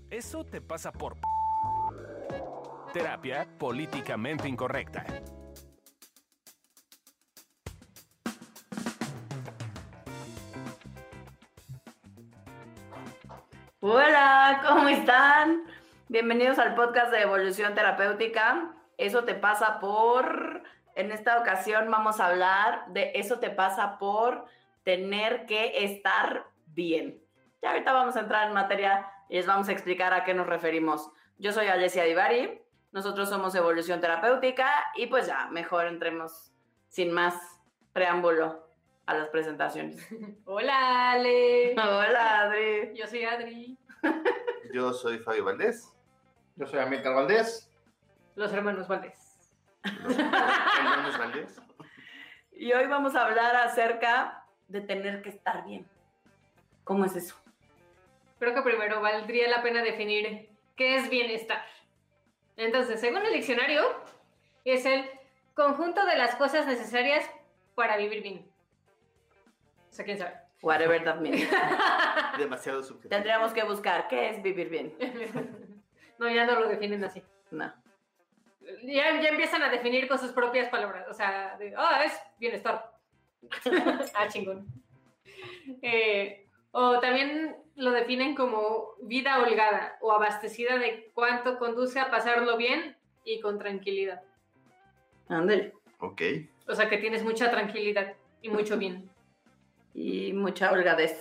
Eso te pasa por terapia políticamente incorrecta. Hola, ¿cómo están? Bienvenidos al podcast de Evolución Terapéutica. Eso te pasa por... En esta ocasión vamos a hablar de eso te pasa por tener que estar bien. Ya ahorita vamos a entrar en materia y les vamos a explicar a qué nos referimos. Yo soy Alessia Divari, nosotros somos Evolución Terapéutica y pues ya, mejor entremos sin más preámbulo a las presentaciones. Hola, Ale. Hola, Adri. Yo soy Adri. Yo soy Fabio Valdés. Yo soy Amílcar Valdés. Los hermanos Valdés. Los hermanos Valdés. Y hoy vamos a hablar acerca de tener que estar bien. ¿Cómo es eso? Creo que primero valdría la pena definir qué es bienestar. Entonces, según el diccionario, es el conjunto de las cosas necesarias para vivir bien. O sea, ¿quién sabe? Whatever that means. Demasiado subjetivo. Tendríamos que buscar qué es vivir bien. No, ya no lo definen así. No. Ya empiezan a definir con sus propias palabras. O sea, es bienestar. Chingón. O también lo definen como vida holgada o abastecida de cuánto conduce a pasarlo bien y con tranquilidad. Ándale. Ok. O sea, que tienes mucha tranquilidad y mucho bien. Y mucha holgadez.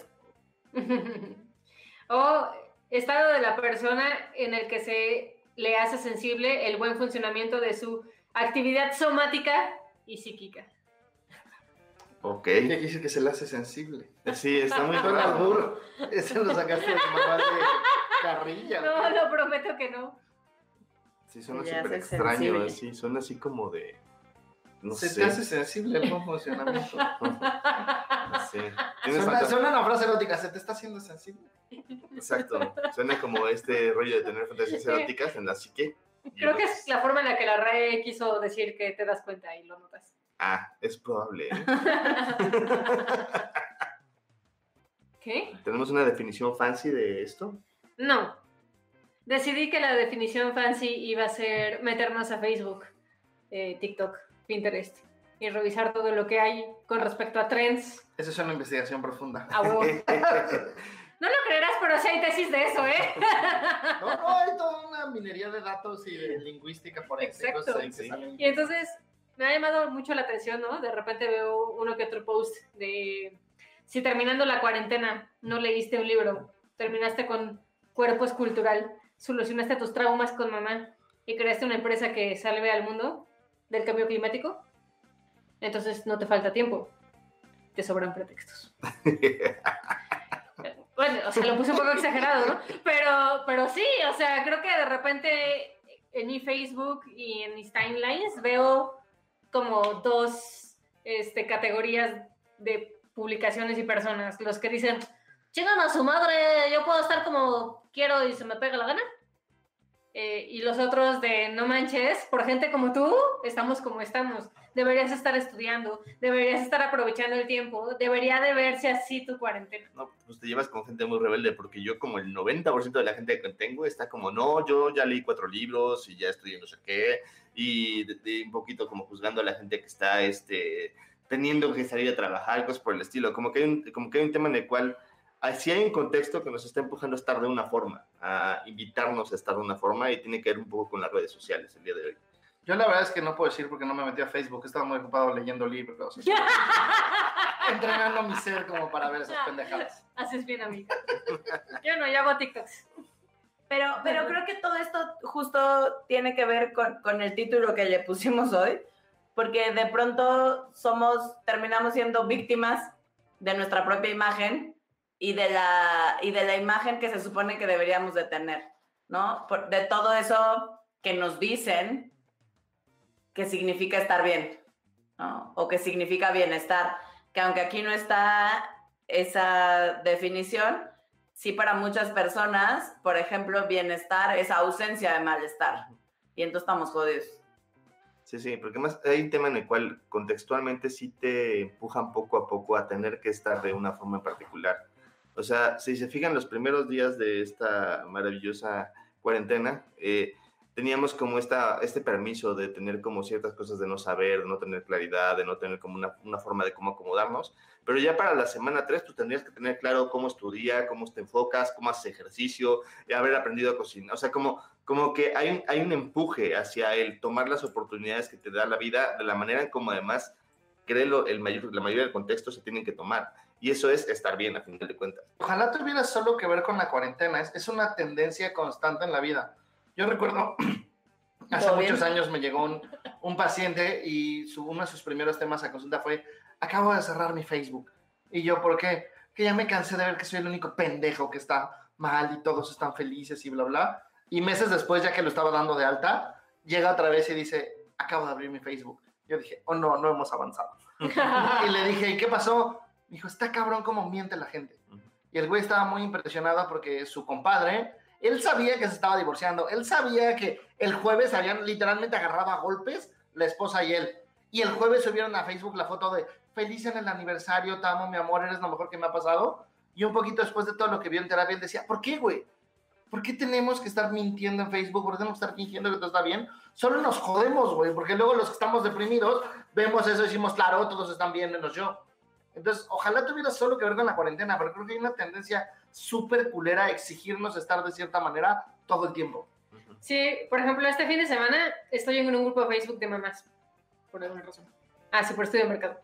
O estado de la persona en el que se le hace sensible el buen funcionamiento de su actividad somática y psíquica. Ok. ¿Qué quiere decir que se le hace sensible? Sí, está muy Suena raro. duro. Ese lo sacaste de mamá de carrilla. No, lo prometo que no. Sí, suena Le súper hace extraño, sensible. así. Suena así como de... No Se sé. te hace sensible el buen funcionamiento. No sé. Tienes fantasía. Suena una frase erótica, ¿se te está haciendo sensible? Exacto. Suena como este rollo de tener fantasías eróticas en la psique. Creo que es la forma en la que la RAE quiso decir que te das cuenta y lo notas. Es probable, ¿eh? ¿Qué? ¿Tenemos una definición fancy de esto? No. Decidí que la definición fancy iba a ser meternos a Facebook, TikTok, Pinterest y revisar todo lo que hay con respecto a trends. Eso es una investigación profunda. A huevo. No lo creerás, pero sí hay tesis de eso, ¿eh? No, hay toda una minería de datos y de lingüística por ahí. Exacto. Cosas ahí que Sí. salen. Y entonces me ha llamado mucho la atención, ¿no? De repente veo uno que otro post de si terminando la cuarentena no leíste un libro, terminaste con Cuerpo Escultural, solucionaste tus traumas con mamá y creaste una empresa que salve al mundo del cambio climático, entonces no te falta tiempo, te sobran pretextos. Bueno, o sea, lo puse un poco exagerado, ¿no? Pero sí, o sea, creo que de repente en mi Facebook y en mis timelines veo como dos categorías de publicaciones y personas. Los que dicen, chingan a su madre, yo puedo estar como quiero y se me pega la gana. Y los otros de, no manches, por gente como tú, estamos como estamos. Deberías estar estudiando, deberías estar aprovechando el tiempo, debería de verse así tu cuarentena. No, pues te llevas con gente muy rebelde, porque yo como el 90% de la gente que tengo está como, no, yo ya leí 4 libros y ya estudié no sé qué, y de un poquito como juzgando a la gente que está teniendo que salir a trabajar, cosas por el estilo. Como que hay un tema en el cual sí hay un contexto que nos está empujando a estar de una forma, a invitarnos a estar de una forma, y tiene que ver un poco con las redes sociales el día de hoy. Yo la verdad es que no puedo decir porque no me metí a Facebook, estaba muy ocupado leyendo libros. Entrenando mi ser como para ver esas pendejadas. Haces bien, amiga. Yo no, yo hago TikToks. Pero creo que todo esto justo tiene que ver con el título que le pusimos hoy, porque de pronto terminamos siendo víctimas de nuestra propia imagen y de la imagen que se supone que deberíamos de tener, ¿no? De todo eso que nos dicen que significa estar bien, ¿no? O que significa bienestar, que aunque aquí no está esa definición, sí para muchas personas, por ejemplo, bienestar es ausencia de malestar, y entonces estamos jodidos. Sí, porque más hay un tema en el cual contextualmente sí te empujan poco a poco a tener que estar de una forma en particular. O sea, si se fijan, los primeros días de esta maravillosa cuarentena, teníamos como este permiso de tener como ciertas cosas de no saber, de no tener claridad, de no tener como una forma de cómo acomodarnos, pero ya para la semana 3 pues tendrías que tener claro cómo es tu día, cómo te enfocas, cómo haces ejercicio, haber aprendido a cocinar, o sea, como que hay un empuje hacia el tomar las oportunidades que te da la vida de la manera en como además, créelo, la mayoría del contexto se tienen que tomar, y eso es estar bien a fin de cuentas. Ojalá tuviera solo que ver con la cuarentena, es una tendencia constante en la vida. Yo recuerdo, hace muchos años me llegó un paciente y uno de sus primeros temas a consulta fue, acabo de cerrar mi Facebook. Y yo, ¿por qué? Que ya me cansé de ver que soy el único pendejo que está mal y todos están felices y bla, bla. Y meses después, ya que lo estaba dando de alta, llega otra vez y dice, acabo de abrir mi Facebook. Yo dije, oh no, no hemos avanzado. Y le dije, ¿y qué pasó? Me dijo, está cabrón cómo miente la gente. Y el güey estaba muy impresionado porque su compadre... Él sabía que se estaba divorciando, él sabía que el jueves habían literalmente agarrado a golpes la esposa y él. Y el jueves subieron a Facebook la foto de feliz en el aniversario, te amo, mi amor, eres lo mejor que me ha pasado. Y un poquito después de todo lo que vio en terapia, él decía, ¿por qué, güey? ¿Por qué tenemos que estar mintiendo en Facebook? ¿Por qué tenemos que estar fingiendo que todo está bien? Solo nos jodemos, güey, porque luego los que estamos deprimidos vemos eso y decimos, claro, todos están bien menos yo. Entonces, ojalá tuviera solo que ver con la cuarentena, pero creo que hay una tendencia súper culera a exigirnos estar de cierta manera todo el tiempo. Sí, por ejemplo, este fin de semana estoy en un grupo de Facebook de mamás, por alguna razón. Ah, sí, por estudio de mercado.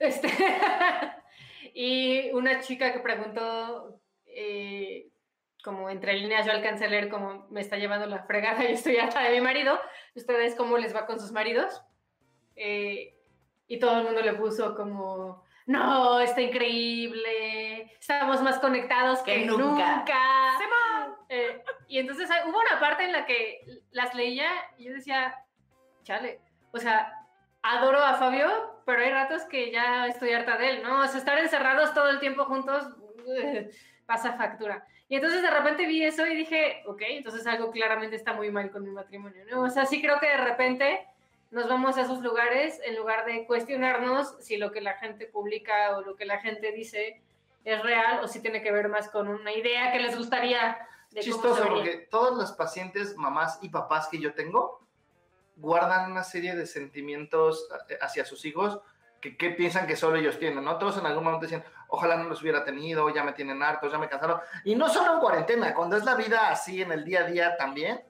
Y una chica que preguntó, como entre líneas yo alcancé a leer como me está llevando la fregada y estoy harta de mi marido, ¿ustedes cómo les va con sus maridos? Y todo el mundo le puso como... No, está increíble, estamos más conectados que nunca. Y entonces hubo una parte en la que las leía y yo decía, chale, o sea, adoro a Fabio, pero hay ratos que ya estoy harta de él, ¿no? O sea, estar encerrados todo el tiempo juntos pasa factura. Y entonces de repente vi eso y dije, ok, entonces algo claramente está muy mal con mi matrimonio, ¿no? O sea, sí creo que de repente... nos vamos a esos lugares en lugar de cuestionarnos si lo que la gente publica o lo que la gente dice es real o si tiene que ver más con una idea que les gustaría. De chistoso, porque todas las pacientes, mamás y papás que yo tengo, guardan una serie de sentimientos hacia sus hijos que piensan que solo ellos tienen, ¿no? Todos en algún momento dicen, ojalá no los hubiera tenido, ya me tienen hartos, ya me cansaron. Y no solo en cuarentena, cuando es la vida así en el día a día también.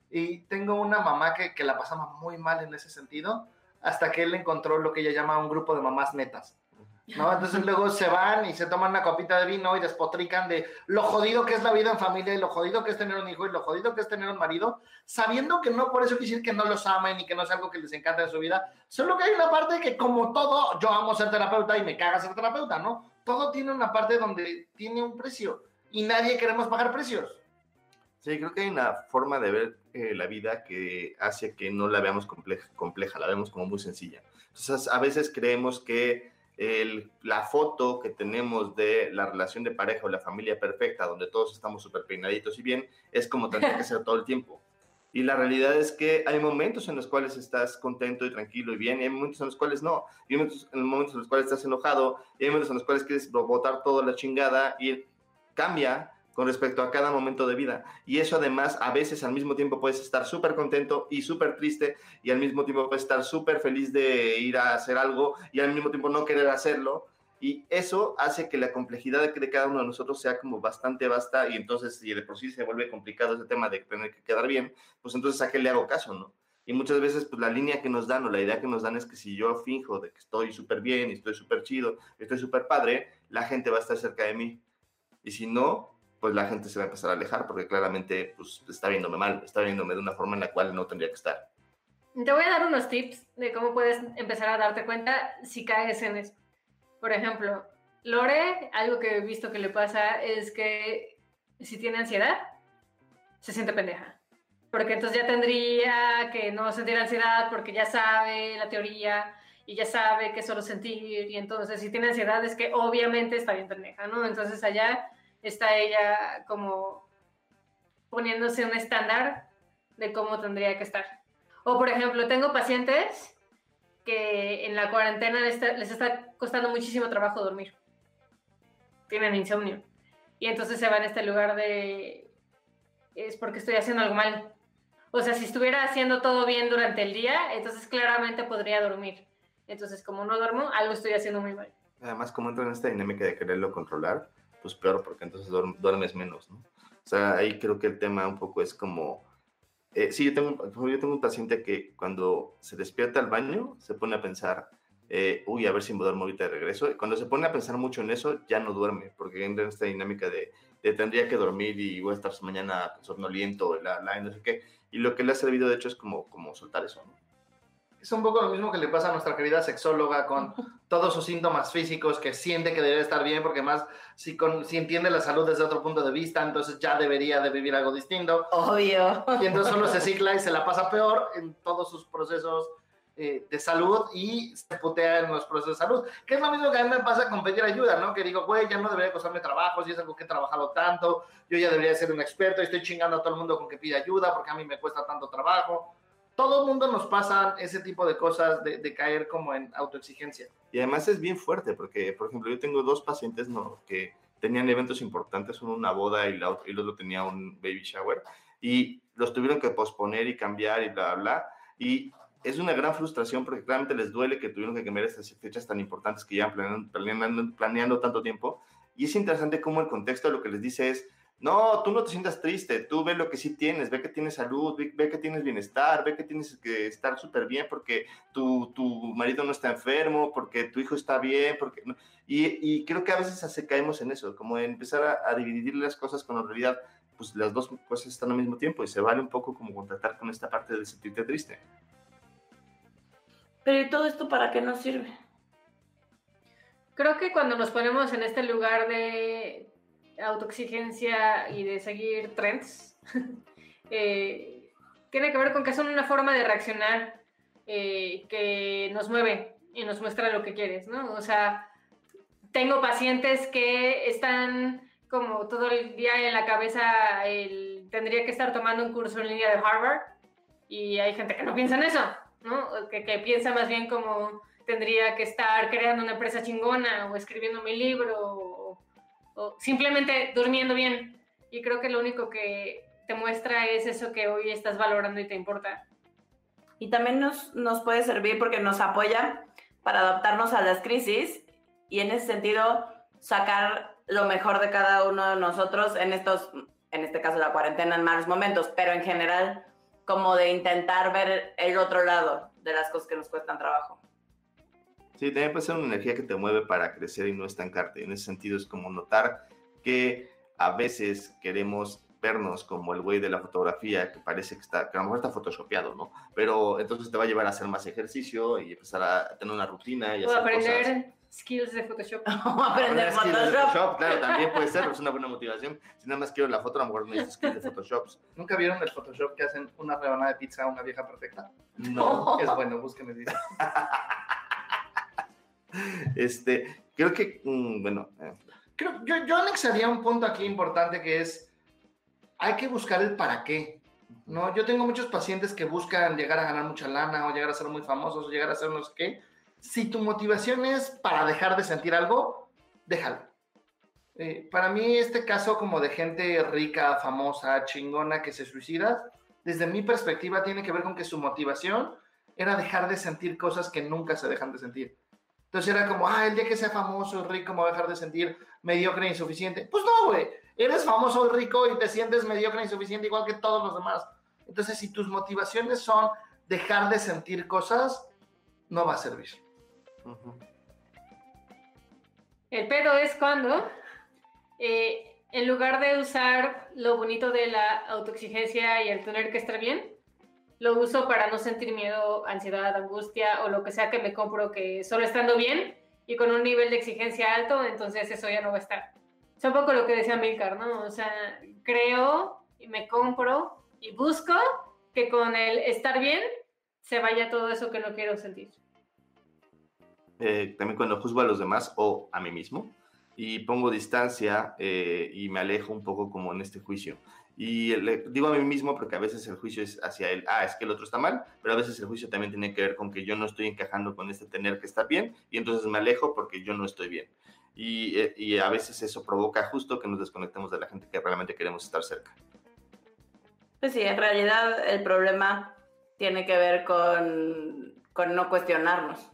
Y tengo una mamá que la pasaba muy mal en ese sentido, hasta que él encontró lo que ella llama un grupo de mamás netas, ¿no? Entonces luego se van y se toman una copita de vino y despotrican de lo jodido que es la vida en familia y lo jodido que es tener un hijo y lo jodido que es tener un marido, sabiendo que no por eso quiere decir que no los amen y que no es algo que les encanta en su vida, solo que hay una parte que como todo, yo amo ser terapeuta y me caga ser terapeuta, ¿no? Todo tiene una parte donde tiene un precio y nadie queremos pagar precios. Sí, creo que hay una forma de ver la vida que hace que no la veamos compleja, la vemos como muy sencilla. Entonces, a veces creemos que la foto que tenemos de la relación de pareja o la familia perfecta, donde todos estamos súper peinaditos y bien, es como tendría que ser todo el tiempo. Y la realidad es que hay momentos en los cuales estás contento y tranquilo y bien, y hay momentos en los cuales no. Y hay momentos en los cuales estás enojado, y hay momentos en los cuales quieres botar toda la chingada y cambia con respecto a cada momento de vida. Y eso además, a veces al mismo tiempo puedes estar súper contento y súper triste, y al mismo tiempo puedes estar súper feliz de ir a hacer algo, y al mismo tiempo no querer hacerlo. Y eso hace que la complejidad de cada uno de nosotros sea como bastante vasta, y entonces si de por sí se vuelve complicado ese tema de tener que quedar bien, pues entonces ¿a qué le hago caso, no? Y muchas veces pues la línea que nos dan o la idea que nos dan es que si yo finjo de que estoy súper bien, y estoy súper chido, estoy súper padre, la gente va a estar cerca de mí. Y si no, pues la gente se va a empezar a alejar porque claramente pues está viéndome mal, está viéndome de una forma en la cual no tendría que estar. Te voy a dar unos tips de cómo puedes empezar a darte cuenta si caes en eso. Por ejemplo, Lore, algo que he visto que le pasa es que si tiene ansiedad, se siente pendeja. Porque entonces ya tendría que no sentir ansiedad porque ya sabe la teoría y ya sabe que es solo sentir. Y entonces si tiene ansiedad es que obviamente está bien pendeja, ¿no? Entonces allá está ella como poniéndose un estándar de cómo tendría que estar. O por ejemplo, tengo pacientes que en la cuarentena les está costando muchísimo trabajo dormir. Tienen insomnio. y entonces se va en este lugar de es porque estoy haciendo algo mal. O sea, si estuviera haciendo todo bien durante el día, entonces claramente podría dormir. Entonces, como no duermo, algo estoy haciendo muy mal. Además, como entra en esta dinámica de quererlo controlar, pues peor, porque entonces duermes menos, ¿no? O sea, ahí creo que el tema un poco es como... sí, yo tengo un paciente que cuando se despierta al baño, se pone a pensar, uy, a ver si me duermo ahorita de regreso. Y cuando se pone a pensar mucho en eso, ya no duerme, porque entra en esta dinámica de tendría que dormir y voy a estar mañana somnoliento, y no sé qué. Y lo que le ha servido, de hecho, es como soltar eso, ¿no? Es un poco lo mismo que le pasa a nuestra querida sexóloga con todos sus síntomas físicos, que siente que debe estar bien, porque más si entiende la salud desde otro punto de vista, entonces ya debería de vivir algo distinto. Obvio. Y entonces solo se cicla y se la pasa peor en todos sus procesos de salud y se putea en los procesos de salud. Que es lo mismo que a mí me pasa con pedir ayuda, ¿no? Que digo, güey, ya no debería costarme trabajo, si es algo que he trabajado tanto, yo ya debería ser un experto y estoy chingando a todo el mundo con que pide ayuda porque a mí me cuesta tanto trabajo. Todo el mundo nos pasa ese tipo de cosas de caer como en autoexigencia. Y además es bien fuerte porque, por ejemplo, yo tengo 2 pacientes, ¿no?, que tenían eventos importantes, uno una boda y el otro tenía un baby shower, y los tuvieron que posponer y cambiar y bla, bla, bla. Y es una gran frustración porque claramente les duele que tuvieron que cambiar estas fechas tan importantes que llevan planeando tanto tiempo. Y es interesante cómo el contexto de lo que les dice es, no, tú no te sientas triste, tú ve lo que sí tienes, ve que tienes salud, ve que tienes bienestar, ve que tienes que estar súper bien porque tu marido no está enfermo, porque tu hijo está bien, porque... Y creo que a veces caemos en eso, como en empezar a dividir las cosas con la realidad, pues las dos cosas están al mismo tiempo y se vale un poco como contactar con esta parte de sentirte triste. Pero ¿y todo esto para qué nos sirve? Creo que cuando nos ponemos en este lugar de autoexigencia y de seguir trends, tiene que ver con que son una forma de reaccionar que nos mueve y nos muestra lo que quieres, ¿no? O sea, tengo pacientes que están como todo el día en la cabeza, tendría que estar tomando un curso en línea de Harvard, y hay gente que no piensa en eso, ¿no? Que piensa más bien como tendría que estar creando una empresa chingona o escribiendo mi libro o simplemente durmiendo bien. Y creo que lo único que te muestra es eso que hoy estás valorando y te importa. Y también nos puede servir porque nos apoya para adaptarnos a las crisis y en ese sentido sacar lo mejor de cada uno de nosotros en este caso la cuarentena, en malos momentos, pero en general como de intentar ver el otro lado de las cosas que nos cuestan trabajo. Sí, también puede ser una energía que te mueve para crecer y no estancarte. En ese sentido es como notar que a veces queremos vernos como el güey de la fotografía que parece que a lo mejor está photoshopeado, ¿no? Pero entonces te va a llevar a hacer más ejercicio y empezar a tener una rutina y o hacer aprender cosas. Skills de Photoshop. O aprender Photoshop. Claro, también puede ser, es una buena motivación. Si nada más quiero la foto, a lo mejor no necesito skills de Photoshop. ¿Nunca vieron el Photoshop que hacen una rebanada de pizza a una vieja perfecta? No. Es bueno, búsquenme. Dice. Creo que, bueno... Yo anexaría un punto aquí importante que es, hay que buscar el para qué, ¿no? Yo tengo muchos pacientes que buscan llegar a ganar mucha lana o llegar a ser muy famosos o llegar a ser no sé qué. Si tu motivación es para dejar de sentir algo, déjalo. Para mí este caso como de gente rica, famosa, chingona que se suicida, desde mi perspectiva tiene que ver con que su motivación era dejar de sentir cosas que nunca se dejan de sentir. Entonces era como, el día que sea famoso y rico me voy a dejar de sentir mediocre e insuficiente. Pues no, güey. Eres famoso y rico y te sientes mediocre e insuficiente igual que todos los demás. Entonces, si tus motivaciones son dejar de sentir cosas, no va a servir. Uh-huh. El pedo es cuando, en lugar de usar lo bonito de la autoexigencia y el tener que estar bien, lo uso para no sentir miedo, ansiedad, angustia o lo que sea que me compro, que solo estando bien y con un nivel de exigencia alto, entonces eso ya no va a estar. Es un poco lo que decía Milcar, ¿no? O sea, creo y me compro y busco que con el estar bien se vaya todo eso que no quiero sentir. También cuando juzgo a los demás o a mí mismo y pongo distancia y me alejo un poco como en este juicio. Y le digo a mí mismo porque a veces el juicio es hacia él, es que el otro está mal, pero a veces el juicio también tiene que ver con que yo no estoy encajando con este tener que estar bien y entonces me alejo porque yo no estoy bien. y a veces eso provoca justo que nos desconectemos de la gente que realmente queremos estar cerca. Pues sí, en realidad el problema tiene que ver con no cuestionarnos,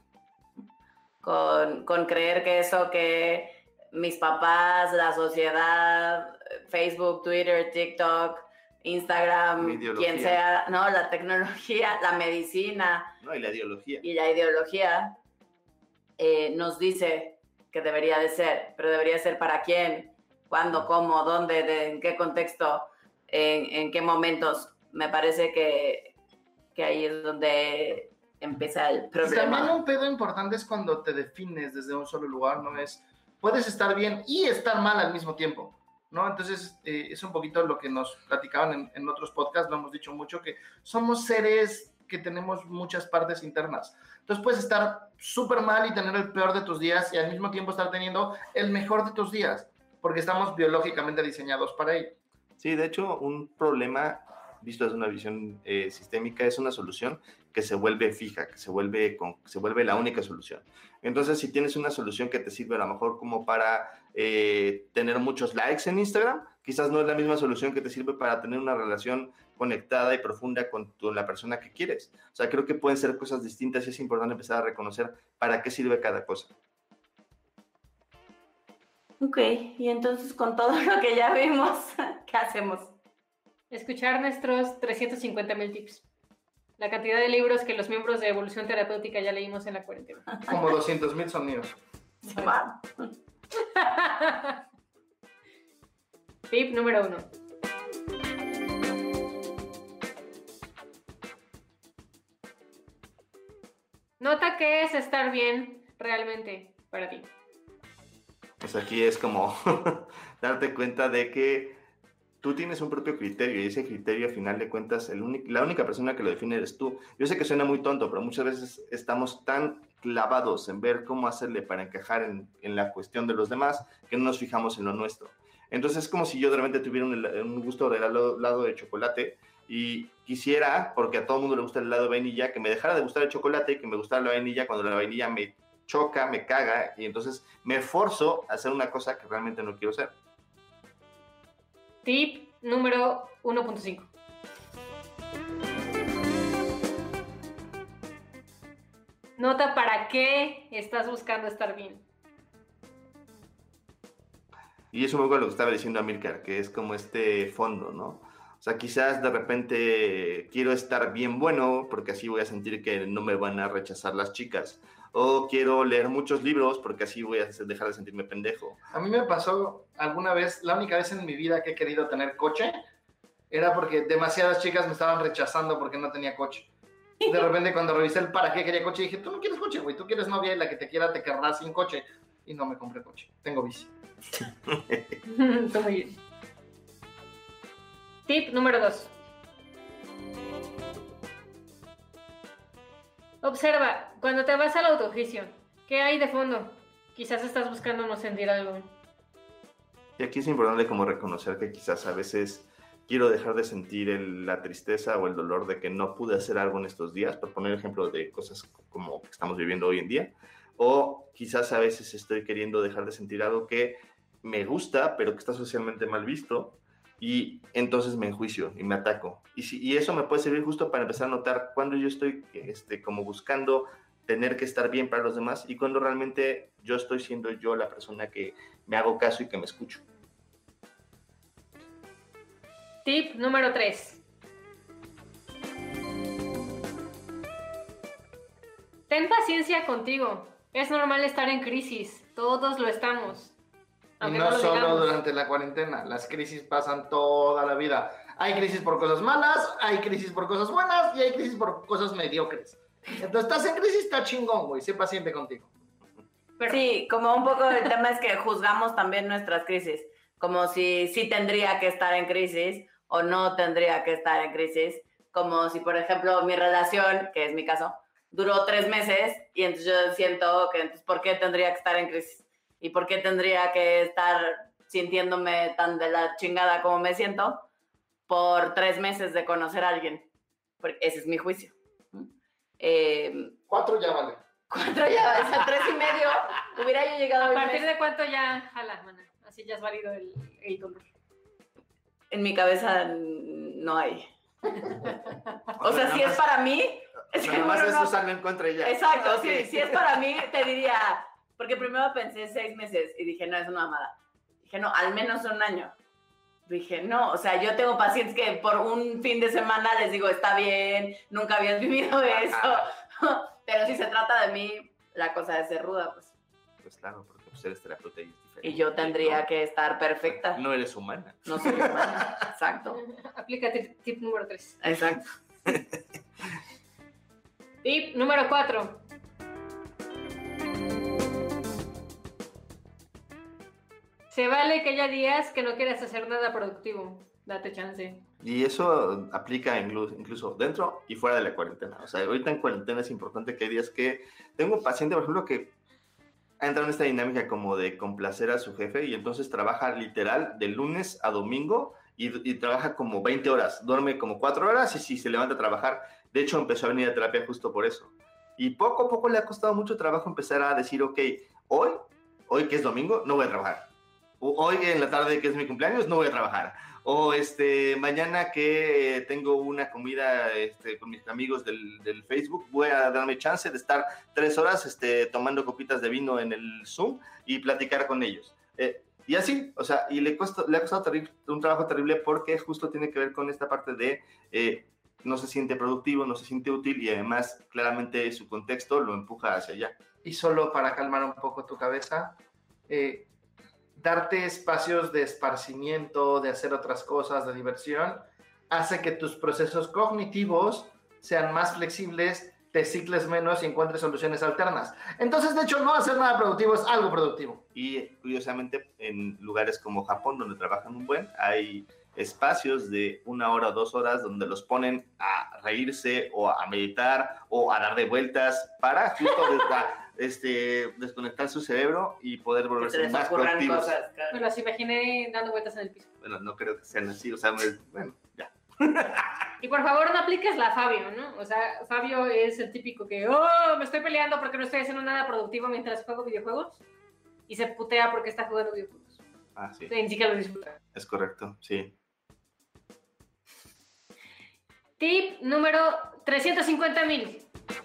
con creer que eso que mis papás, la sociedad, Facebook, Twitter, TikTok, Instagram, quien sea, ¿no? La tecnología, la medicina. No, y la ideología. Y la ideología nos dice que debería de ser, pero debería ser para quién, cuándo, cómo, dónde, en qué contexto, en qué momentos. Me parece que ahí es donde empieza el problema. También un pedo importante es cuando te defines desde un solo lugar, no es, puedes estar bien y estar mal al mismo tiempo, ¿no? Entonces, es un poquito lo que nos platicaban en otros podcasts, lo hemos dicho mucho, que somos seres que tenemos muchas partes internas. Entonces puedes estar súper mal y tener el peor de tus días y al mismo tiempo estar teniendo el mejor de tus días, porque estamos biológicamente diseñados para ello. Sí, de hecho, un problema visto desde una visión sistémica es una solución que se vuelve fija, que se vuelve la única solución. Entonces, si tienes una solución que te sirve a lo mejor como para tener muchos likes en Instagram, quizás no es la misma solución que te sirve para tener una relación conectada y profunda con la persona que quieres. O sea, creo que pueden ser cosas distintas y es importante empezar a reconocer para qué sirve cada cosa. Ok, y entonces con todo lo que ya vimos, ¿qué hacemos? Escuchar nuestros 350,000 tips. La cantidad de libros que los miembros de Evolución Terapéutica ya leímos en la cuarentena. Como 200,000 sonidos. Wow. Tip número 1. Nota qué es estar bien realmente para ti. Pues aquí es como darte cuenta de que tú tienes un propio criterio y ese criterio, a final de cuentas, la única persona que lo define eres tú. Yo sé que suena muy tonto, pero muchas veces estamos tan clavados en ver cómo hacerle para encajar en la cuestión de los demás que no nos fijamos en lo nuestro. Entonces es como si yo de repente tuviera un gusto del helado de chocolate y quisiera, porque a todo el mundo le gusta el helado de vainilla, que me dejara de gustar el chocolate y que me gustara la vainilla cuando la vainilla me choca, me caga, y entonces me forzo a hacer una cosa que realmente no quiero hacer. Tip número 1.5. Nota para qué estás buscando estar bien. Y eso me acuerdo lo que estaba diciendo Amílcar, que es como este fondo, ¿no? O sea, quizás de repente quiero estar bien bueno porque así voy a sentir que no me van a rechazar las chicas. O quiero leer muchos libros porque así voy a dejar de sentirme pendejo. A mí me pasó alguna vez, la única vez en mi vida que he querido tener coche, era porque demasiadas chicas me estaban rechazando porque no tenía coche. De repente cuando revisé el para qué quería coche, dije, tú no quieres coche, güey, tú quieres novia y la que te quiera te querrá sin coche. Y no me compré coche, tengo bici. Está muy bien. Tip número 2. Observa, cuando te vas al autojuicio, ¿qué hay de fondo? Quizás estás buscando no sentir algo. Y aquí es importante como reconocer que quizás a veces quiero dejar de sentir la tristeza o el dolor de que no pude hacer algo en estos días, por poner ejemplo de cosas como que estamos viviendo hoy en día. O quizás a veces estoy queriendo dejar de sentir algo que me gusta, pero que está socialmente mal visto. Y entonces me enjuicio y me ataco. Y eso me puede servir justo para empezar a notar cuando yo estoy como buscando tener que estar bien para los demás y cuando realmente yo estoy siendo yo la persona que me hago caso y que me escucho. Tip número 3. Ten paciencia contigo. Es normal estar en crisis. Todos lo estamos. Y no solo durante la cuarentena, las crisis pasan toda la vida. Hay crisis por cosas malas, hay crisis por cosas buenas y hay crisis por cosas mediocres. Entonces estás en crisis, está chingón, güey, sé paciente contigo. Pero... Sí, como un poco el tema es que juzgamos también nuestras crisis, como si sí tendría que estar en crisis o no tendría que estar en crisis, como si, por ejemplo, mi relación, que es mi caso, duró 3 meses y entonces yo siento que, entonces, ¿por qué tendría que estar en crisis? ¿Y por qué tendría que estar sintiéndome tan de la chingada como me siento por 3 meses de conocer a alguien? Porque ese es mi juicio. 4 ya vale. 4 ya, o sea, 3:30, hubiera yo llegado ¿A al partir mes. de cuánto ya jala, mana? Así ya es válido el dolor. En mi cabeza no hay. O sea, si es para mí, es que Nomás bueno, es no. usarlo en contra y ya. Exacto, Ok. sí, si es para mí, te diría, porque primero pensé 6 meses y dije, no, es una mamada. Dije, no, al menos un año. Dije, no, o sea, yo tengo pacientes que por un fin de semana les digo, está bien, nunca habías vivido eso. Pero si se trata de mí, la cosa es ser ruda, pues. Pues claro, porque pues eres terapeuta y es diferente. Y yo tendría ¿no? que estar perfecta. No eres humana. No soy humana. Exacto. Aplica tip número 3. Exacto. Tip número 4. Se vale que haya días que no quieras hacer nada productivo. Date chance. Y eso aplica incluso dentro y fuera de la cuarentena. O sea, ahorita en cuarentena es importante que hay días que... Tengo un paciente, por ejemplo, que ha entrado en esta dinámica como de complacer a su jefe y entonces trabaja literal de lunes a domingo y trabaja como 20 horas. Duerme como 4 horas y sí, se levanta a trabajar. De hecho, empezó a venir a terapia justo por eso. Y poco a poco le ha costado mucho trabajo empezar a decir, ok, hoy que es domingo, no voy a trabajar. Hoy en la tarde que es mi cumpleaños, no voy a trabajar. O mañana que tengo una comida con mis amigos del Facebook, voy a darme chance de estar 3 horas tomando copitas de vino en el Zoom y platicar con ellos. Y así, o sea, y le ha costado un trabajo terrible porque justo tiene que ver con esta parte de no se siente productivo, no se siente útil y además claramente su contexto lo empuja hacia allá. Y solo para calmar un poco tu cabeza, darte espacios de esparcimiento, de hacer otras cosas, de diversión, hace que tus procesos cognitivos sean más flexibles, te cicles menos y encuentres soluciones alternas. Entonces, de hecho, no hacer nada productivo es algo productivo. Y curiosamente, en lugares como Japón, donde trabajan un buen, hay espacios de 1 hora o 2 horas donde los ponen a reírse o a meditar o a dar de vueltas para justo desconectar su cerebro y poder Que se volverse les más ocurran productivos. cosas. claro. Me los imaginé dando vueltas en el piso. Bueno, no creo que sean así, o sea, bueno, ya. Y por favor no apliques la Fabio, ¿no? O sea, Fabio es el típico que, me estoy peleando porque no estoy haciendo nada productivo mientras juego videojuegos. Y se putea porque está jugando videojuegos. Ah, sí, Ni siquiera lo disfruta. es correcto, sí. Tip número 350,000.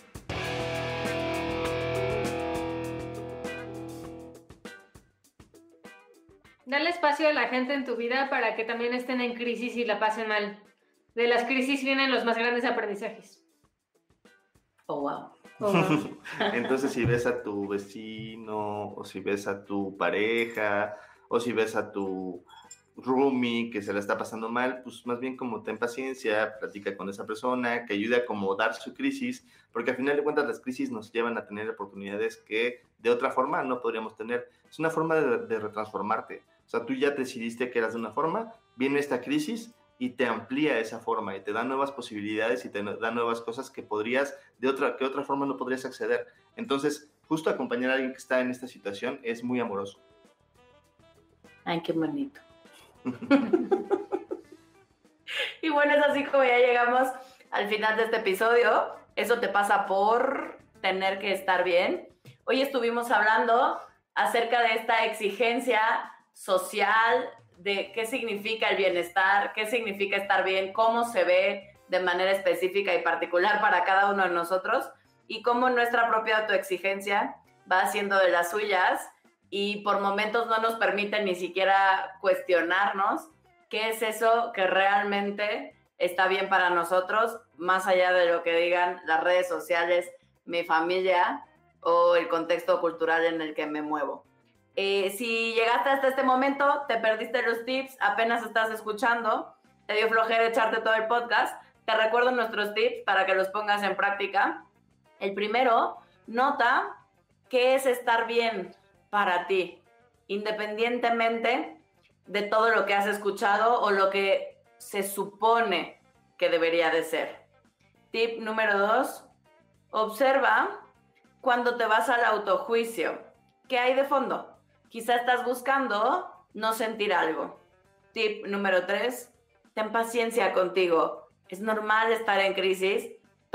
Dale espacio a la gente en tu vida para que también estén en crisis y la pasen mal. De las crisis vienen los más grandes aprendizajes. Oh, wow. Oh, wow. Entonces, si ves a tu vecino, o si ves a tu pareja, o si ves a tu roomie que se la está pasando mal, pues más bien como ten paciencia, platica con esa persona, que ayude a acomodar su crisis, porque al final de cuentas las crisis nos llevan a tener oportunidades que de otra forma no podríamos tener. Es una forma de retransformarte. O sea, tú ya decidiste que eras de una forma, viene esta crisis y te amplía esa forma y te da nuevas posibilidades y te da nuevas cosas que podrías, que de otra forma no podrías acceder. Entonces, justo acompañar a alguien que está en esta situación es muy amoroso. Ay, qué bonito. Y bueno, es así como ya llegamos al final de este episodio. Eso te pasa por tener que estar bien. Hoy estuvimos hablando acerca de esta exigencia social, de qué significa el bienestar, qué significa estar bien, cómo se ve de manera específica y particular para cada uno de nosotros y cómo nuestra propia autoexigencia va haciendo de las suyas y por momentos no nos permite ni siquiera cuestionarnos qué es eso que realmente está bien para nosotros, más allá de lo que digan las redes sociales, mi familia o el contexto cultural en el que me muevo. Si llegaste hasta este momento, te perdiste los tips, apenas estás escuchando, te dio flojera echarte todo el podcast, te recuerdo nuestros tips para que los pongas en práctica. El primero, nota qué es estar bien para ti, independientemente de todo lo que has escuchado o lo que se supone que debería de ser. Tip número 2, observa cuando te vas al autojuicio. ¿Qué hay de fondo? Quizá estás buscando no sentir algo. Tip número 3, ten paciencia contigo. Es normal estar en crisis.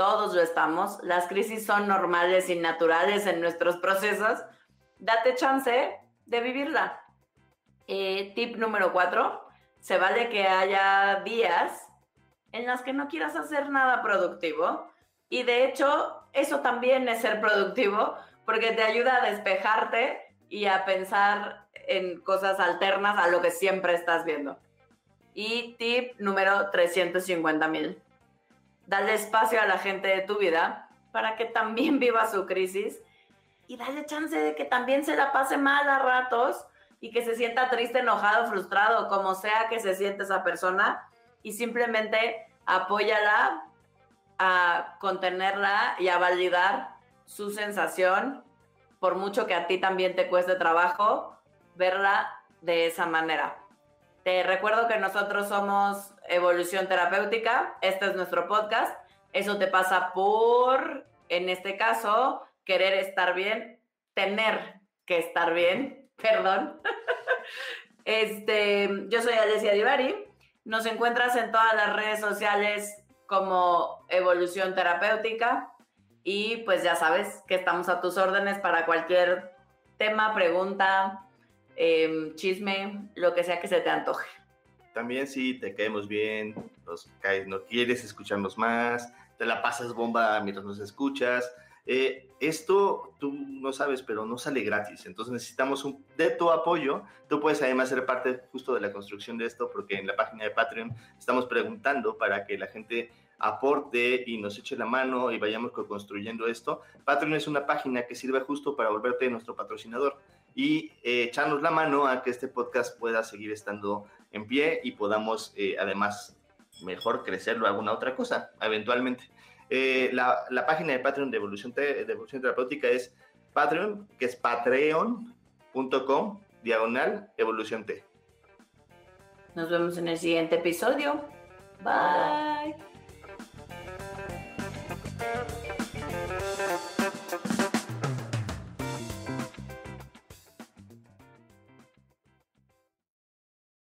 todos lo estamos, las crisis son normales y naturales en nuestros procesos, date chance de vivirla. Tip número 4, se vale que haya días en las que no quieras hacer nada productivo y de hecho eso también es ser productivo porque te ayuda a despejarte y a pensar en cosas alternas a lo que siempre estás viendo. Y tip número 350,000. Dale espacio a la gente de tu vida para que también viva su crisis y dale chance de que también se la pase mal a ratos y que se sienta triste, enojado, frustrado, como sea que se siente esa persona y simplemente apóyala a contenerla y a validar su sensación, por mucho que a ti también te cueste trabajo verla de esa manera. Te recuerdo que nosotros somos Evolución Terapéutica, este es nuestro podcast, eso te pasa por, en este caso, querer estar bien, tener que estar bien, perdón. Yo soy Alessia Divari, nos encuentras en todas las redes sociales como Evolución Terapéutica y pues ya sabes que estamos a tus órdenes para cualquier tema, pregunta, chisme, lo que sea que se te antoje. También si te caemos bien, no quieres escucharnos más, te la pasas bomba mientras nos escuchas. Esto tú no sabes, pero no sale gratis, entonces necesitamos de tu apoyo. Tú puedes además ser parte justo de la construcción de esto, porque en la página de Patreon estamos preguntando para que la gente aporte y nos eche la mano y vayamos construyendo esto. Patreon es una página que sirve justo para volverte nuestro patrocinador y echarnos la mano a que este podcast pueda seguir estando en pie y podamos además mejor crecerlo a alguna otra cosa eventualmente. La página de Patreon de Evolución Terapéutica es Patreon, que es patreon.com/evolución T. Nos vemos en el siguiente episodio. Bye.